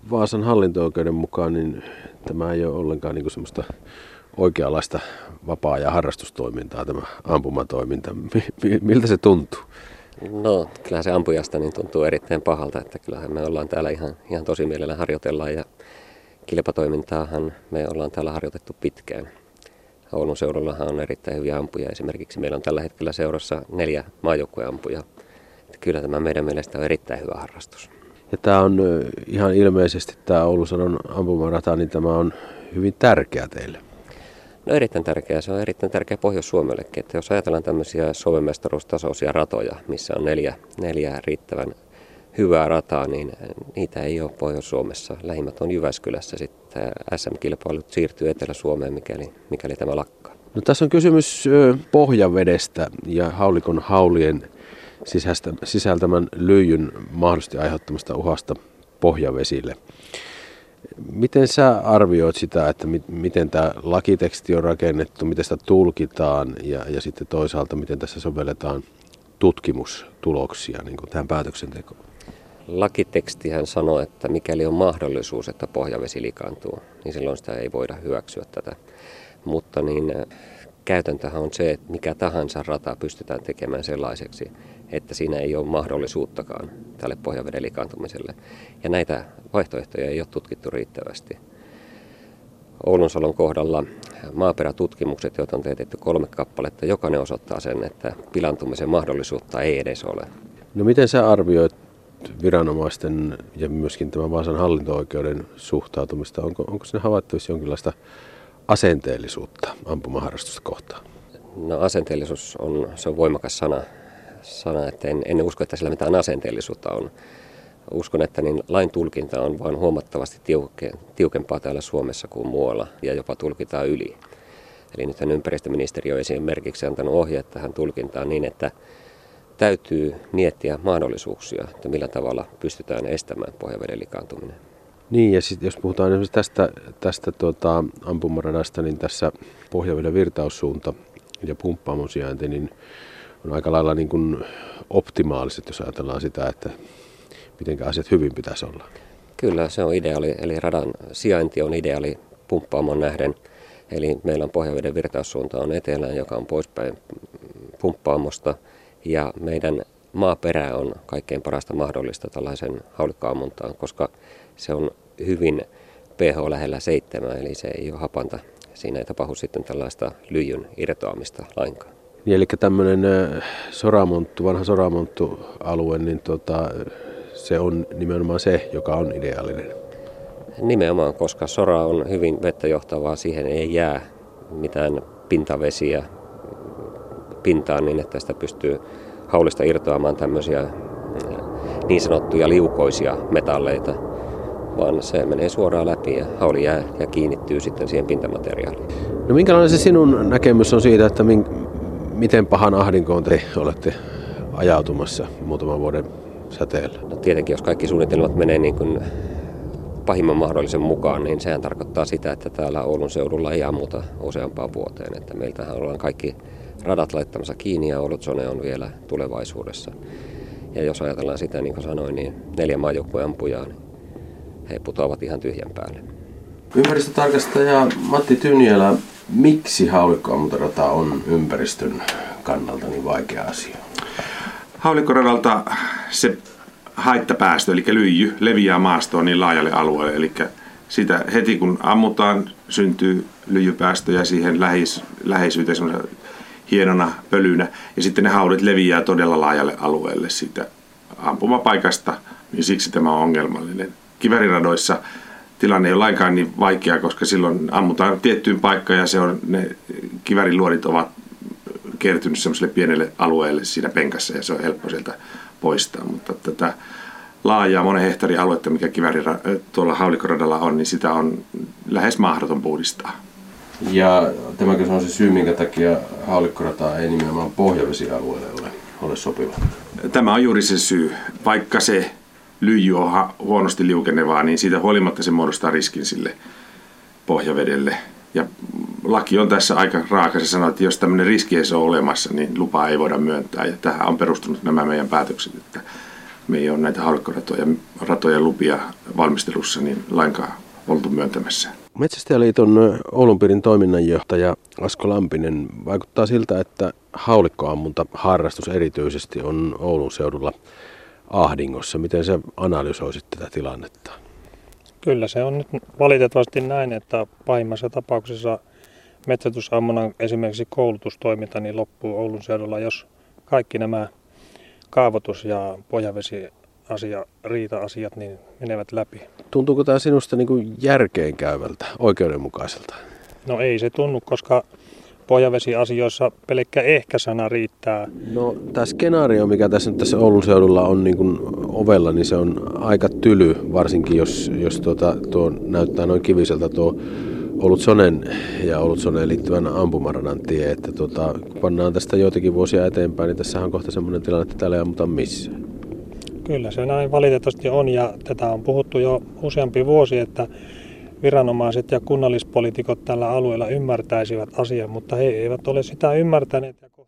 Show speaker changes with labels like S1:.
S1: Vaasan hallinto-oikeuden mukaan niin tämä ei ole ollenkaan niin kuin semmoista oikeanlaista vapaa- ja harrastustoimintaa, tämä ampumatoiminta. Miltä se tuntuu?
S2: No, kyllähän se ampujasta niin tuntuu erittäin pahalta, että kyllähän me ollaan täällä ihan tosi mielellä harjoitellaan ja kilpatoimintaahan me ollaan täällä harjoitettu pitkään. Oulun seudullahan on erittäin hyviä ampuja. Esimerkiksi meillä on tällä hetkellä seurassa 4 maajoukkueampujaa. Kyllä tämä meidän mielestä on erittäin hyvä harrastus.
S1: Ja tämä on ihan ilmeisesti tämä Oulun Seudun ampumarata, niin tämä on hyvin tärkeä teille.
S2: No erittäin tärkeää. Se on erittäin tärkeä Pohjois-Suomellekin. Että jos ajatellaan tämmöisiä Suomen mestaruustasoisia ratoja, missä on 4 riittävän hyvää rataa, niin niitä ei ole Pohjois-Suomessa. Lähimmät on Jyväskylässä. Sitten SM-kilpailut siirtyy Etelä-Suomeen, mikäli tämä lakkaa.
S1: No, tässä on kysymys pohjavedestä ja haulikon haulien sisältämän lyijyn mahdollisesti aiheuttamasta uhasta pohjavesille. Miten sä arvioit sitä, että miten tämä lakiteksti on rakennettu, miten sitä tulkitaan ja sitten toisaalta miten tässä sovelletaan tutkimustuloksia niin kuin tähän päätöksentekoon?
S2: Lakitekstihän sanoo, että mikäli on mahdollisuus, että pohjavesi likaantuu, niin silloin sitä ei voida hyväksyä tätä. Mutta niin käytäntöhän on se, että mikä tahansa rata pystytään tekemään sellaiseksi, että siinä ei ole mahdollisuuttakaan tälle pohjaveden likaantumiselle. Ja näitä vaihtoehtoja ei ole tutkittu riittävästi. Oulunsalon kohdalla maaperätutkimukset, joita on teetetty 3 kappaletta, jokainen osoittaa sen, että pilaantumisen mahdollisuutta ei edes ole.
S1: No, miten sä arvioit viranomaisten ja myöskin tämän Vaasan hallinto-oikeuden suhtautumista? Onko siinä havaittavissa jonkinlaista asenteellisuutta ampumaharrastusta kohtaan?
S2: No, asenteellisuus on voimakas sana, että en usko, että sillä mitään asenteellisuutta on. Uskon, että niin lain tulkinta on vain huomattavasti tiukempaa täällä Suomessa kuin muualla ja jopa tulkitaan yli. Eli nythän ympäristöministeriö on esimerkiksi antanut ohjeet tähän tulkintaan niin, että täytyy miettiä mahdollisuuksia, että millä tavalla pystytään estämään pohjaveden likaantuminen.
S1: Niin, ja sitten jos puhutaan esimerkiksi tästä ampumaradasta, niin tässä pohjaveden virtaussuunta ja pumppaamon sijainti niin on aika lailla niin kuin optimaaliset, jos ajatellaan sitä, että miten asiat hyvin pitäisi olla.
S2: Kyllä, se on ideaali, eli radan sijainti on ideaali pumppaamon nähden. Eli meillä on pohjaveden virtaussuunta on etelään, joka on poispäin pumppaamosta, ja meidän maaperä on kaikkein parasta mahdollista tällaisen haulikkoammuntaan, koska se on hyvin pH lähellä 7, eli se ei ole hapanta. Siinä ei tapahdu sitten tällaista lyijyn irtoamista lainkaan.
S1: Niin, eli tämmöinen vanha soramonttu-alue, niin se on nimenomaan se, joka on ideaalinen.
S2: Nimenomaan, koska sora on hyvin vettä johtavaa, siihen ei jää mitään pintavesiä pintaan niin, että sitä pystyy haulista irtoamaan tämmöisiä niin sanottuja liukoisia metalleita, vaan se menee suoraan läpi ja hauli jää ja kiinnittyy sitten siihen pintamateriaaliin.
S1: No, minkälainen se sinun näkemys on siitä, että miten pahan ahdinkoon te olette ajautumassa muutaman vuoden säteellä?
S2: No, tietenkin, jos kaikki suunnitelmat menee niin kuin pahimman mahdollisen mukaan, niin sehän tarkoittaa sitä, että täällä Oulun seudulla ei ammuta useampaan vuoteen. Että meiltähän ollaan kaikki radat laittamassa kiinni ja Oulutsone on vielä tulevaisuudessa. Ja jos ajatellaan sitä, niin kuin sanoin, niin 4 maajoukkueampujaa, niin he putoavat ihan tyhjän päälle.
S1: Ympäristötarkastaja Matti Tyniälä, miksi haulikkoammuntarata on ympäristön kannalta niin vaikea asia?
S3: Haulikkoradalta se haittapäästö, eli lyijy, leviää maastoon niin laajalle alueelle. Eli sitä heti kun ammutaan, syntyy lyijypäästöjä siihen läheisyyteen semmoisena hienona pölynä. Ja sitten ne haulit leviää todella laajalle alueelle siitä ampumapaikasta, niin siksi tämä on ongelmallinen. Kivääriradoissa tilanne ei ole lainkaan niin vaikea, koska silloin ammutaan tiettyyn paikkaan ja ne kivääriluodit ovat kertynyt semmoiselle pienelle alueelle siinä penkassa ja se on helppo sieltä poistaa. Mutta tätä laajaa monen hehtaarin aluetta, mikä tuolla haulikkoradalla on, niin sitä on lähes mahdoton puhdistaa.
S1: Ja tämäkin on se syy, minkä takia haulikkorata ei nimenomaan pohjavesialueelle ole sopiva.
S3: Tämä on juuri se syy. Vaikka se lyijy on huonosti liukenevaa, niin siitä huolimatta se muodostaa riskin sille pohjavedelle. Ja laki on tässä aika raaka. Se sanoo, että jos tämmöinen riski ei ole olemassa, niin lupaa ei voida myöntää. Ja tähän on perustunut nämä meidän päätökset, että me ei ole näitä haulikkoratojen lupia valmistelussa niin lainkaan oltu myöntämässä.
S1: Metsästäjäliiton Oulunpiirin toiminnanjohtaja Asko Lampinen, vaikuttaa siltä, että haulikkoammunta harrastus erityisesti on Oulun seudulla ahdingossa. Miten sä analysoisit tätä tilannetta?
S4: Kyllä se on nyt valitettavasti näin, että pahimmassa tapauksessa metsästysammunnan esimerkiksi koulutustoiminta niin loppuu Oulun seudulla, jos kaikki nämä kaavoitus- ja riita-asiat niin menevät läpi.
S1: Tuntuuko tämä sinusta niin kuin järkeenkäyvältä, oikeudenmukaiselta?
S4: No ei se tunnu, koska pohjavesiasioissa pelkkä ehkä-sana riittää.
S1: No tämä skenaario, mikä tässä Oulun seudulla on niin kuin ovella, niin se on aika tyly, varsinkin jos tuo näyttää noin kiviseltä tuo Oulutsonen ja Oulutsoneen liittyvän ampumaradan tie. Että kun pannaan tästä joitakin vuosia eteenpäin, niin tässä on kohta sellainen tilanne, että täällä ei ammuta missään.
S4: Kyllä se näin valitettavasti on ja tätä on puhuttu jo useampi vuosi, että viranomaiset ja kunnallispoliitikot tällä alueella ymmärtäisivät asian, mutta he eivät ole sitä ymmärtäneet.